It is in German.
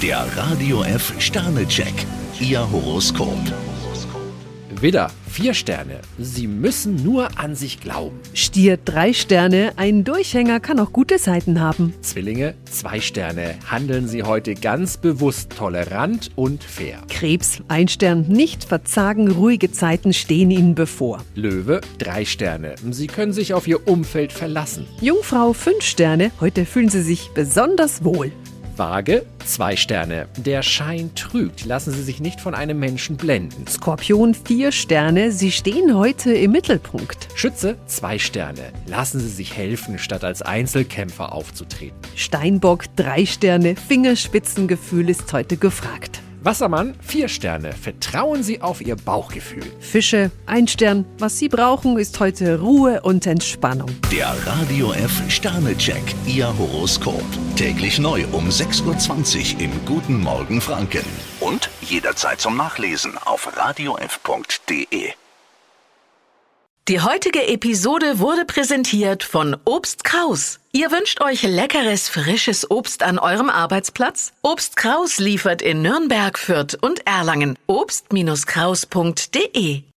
Der Radio F Sternecheck. Ihr Horoskop. Widder, 4 Sterne. Sie müssen nur an sich glauben. Stier 3 Sterne, ein Durchhänger kann auch gute Seiten haben. Zwillinge, 2 Sterne. Handeln Sie heute ganz bewusst, tolerant und fair. Krebs 1 Stern, nicht verzagen, ruhige Zeiten stehen Ihnen bevor. Löwe, 3 Sterne. Sie können sich auf Ihr Umfeld verlassen. Jungfrau 5 Sterne, heute fühlen Sie sich besonders wohl. Waage, 2 Sterne. Der Schein trügt. Lassen Sie sich nicht von einem Menschen blenden. Skorpion 4 Sterne, Sie stehen heute im Mittelpunkt. Schütze, 2 Sterne. Lassen Sie sich helfen, statt als Einzelkämpfer aufzutreten. Steinbock 3 Sterne, Fingerspitzengefühl ist heute gefragt. Wassermann, 4 Sterne. Vertrauen Sie auf Ihr Bauchgefühl. Fische 1 Stern, was Sie brauchen ist heute Ruhe und Entspannung. Der Radio F Sternecheck. Ihr Horoskop. Täglich neu um 6:20 Uhr im Guten Morgen Franken. Und jederzeit zum Nachlesen auf radiof.de. Die heutige Episode wurde präsentiert von Obst Kraus. Ihr wünscht euch leckeres, frisches Obst an eurem Arbeitsplatz? Obst Kraus liefert in Nürnberg, Fürth und Erlangen. Obst-Kraus.de